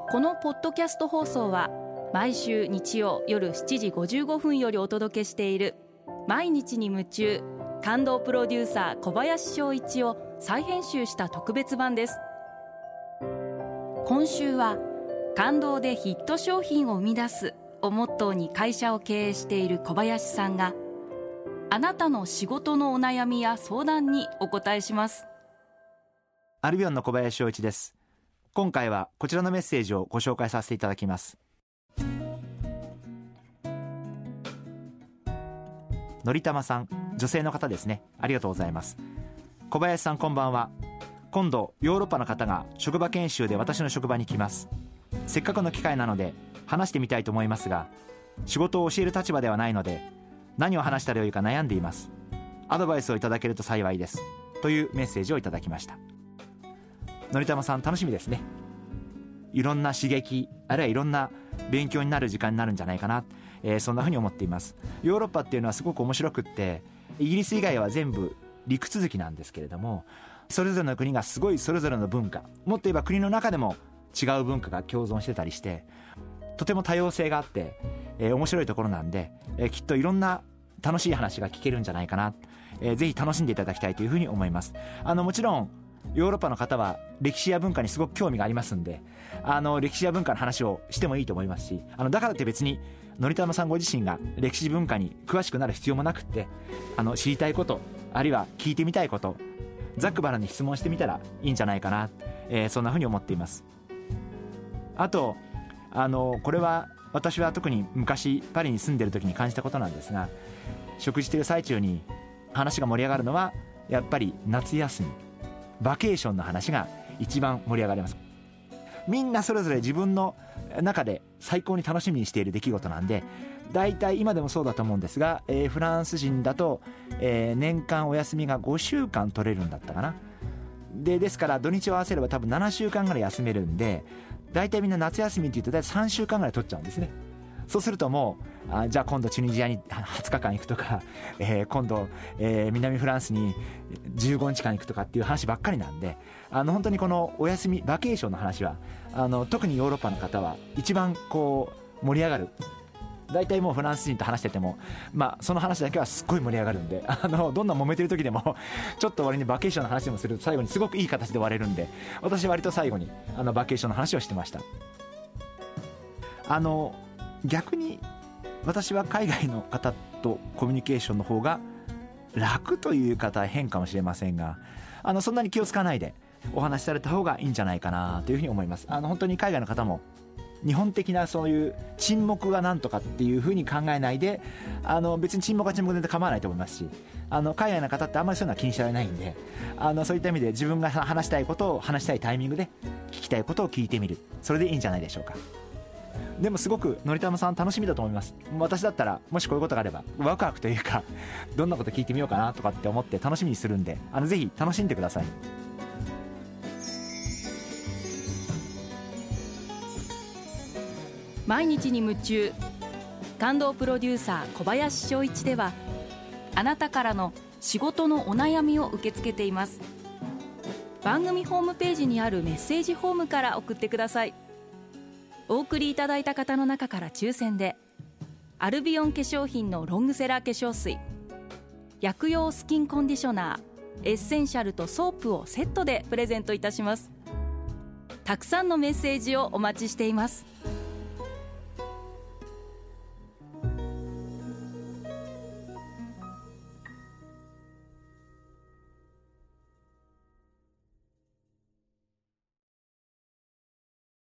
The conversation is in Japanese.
このポッドキャスト放送は毎週日曜夜7時55分よりお届けしている毎日に夢中感動プロデューサー小林翔一を再編集した特別版です。今週は感動でヒット商品を生み出すをモットーに会社を経営している小林さんがあなたの仕事のお悩みや相談にお答えします。 アルビオンの小林翔一です。今回はこちらのメッセージをご紹介させていただきます。のりたまさん、女性の方ですね。ありがとうございます。小林さん、こんばんは。今度ヨーロッパの方が職場研修で私の職場に来ます。せっかくの機会なので話してみたいと思いますが、仕事を教える立場ではないので何を話したらよいか悩んでいます。アドバイスをいただけると幸いです、というメッセージをいただきました。のりたまさん、楽しみですね。いろんな刺激、あるいはいろんな勉強になる時間になるんじゃないかな、そんなふうに思っています。ヨーロッパっていうのはすごく面白くって、イギリス以外は全部陸続きなんですけれども、それぞれの国がすごいそれぞれの文化、もっと言えば国の中でも違う文化が共存してたりして、とても多様性があって、面白いところなんで、きっといろんな楽しい話が聞けるんじゃないかな、ぜひ楽しんでいただきたいというふうに思います。もちろんヨーロッパの方は歴史や文化にすごく興味がありますんで、歴史や文化の話をしてもいいと思いますし、だからって別にのりたまさんご自身が歴史文化に詳しくなる必要もなくって、知りたいこと、あるいは聞いてみたいこと、ざっくばらんに質問してみたらいいんじゃないかな、そんなふうに思っています。あとこれは私は特に昔パリに住んでる時に感じたことなんですが、食事している最中に話が盛り上がるのはやっぱり夏休み、バケーションの話が一番盛り上がります。みんなそれぞれ自分の中で最高に楽しみにしている出来事なんで、だいたい今でもそうだと思うんですが、フランス人だと、年間お休みが5週間取れるんだったかな。ですから土日を合わせれば多分7週間ぐらい休めるんで、だいたいみんな夏休みって言うとだいたい3週間ぐらい取っちゃうんですね。そうするともうじゃあ今度チュニジアに20日間行くとか、今度、南フランスに15日間行くとかっていう話ばっかりなんで、本当にこのお休みバケーションの話は特にヨーロッパの方は一番こう盛り上がる。だいたいもうフランス人と話してても、その話だけはすっごい盛り上がるんで、どんな揉めてる時でもちょっと終わりにバケーションの話でもすると最後にすごくいい形で終われるんで、私は割と最後にバケーションの話をしてました。逆に私は海外の方とコミュニケーションの方が楽という言い方は変かもしれませんが、そんなに気をつかないでお話しされた方がいいんじゃないかなというふうに思います。本当に海外の方も日本的なそういう沈黙がなんとかっていうふうに考えないで、別に沈黙は沈黙で構わないと思いますし、海外の方ってあんまりそういうのは気にしられないんで、そういった意味で自分が話したいことを話したいタイミングで聞きたいことを聞いてみる、それでいいんじゃないでしょうか。でもすごくのりたまさん楽しみだと思います。私だったらもしこういうことがあればワクワクというか、どんなこと聞いてみようかなとかって思って楽しみにするんで、ぜひ楽しんでください。 毎日に夢中感動プロデューサー小林翔一では、あなたからの仕事のお悩みを受け付けています。番組ホームページにあるメッセージフォームから送ってください。お送りいただいた方の中から抽選でアルビオン化粧品のロングセラー化粧水、薬用スキンコンディショナー、エッセンシャルとソープをセットでプレゼントいたします。たくさんのメッセージをお待ちしています。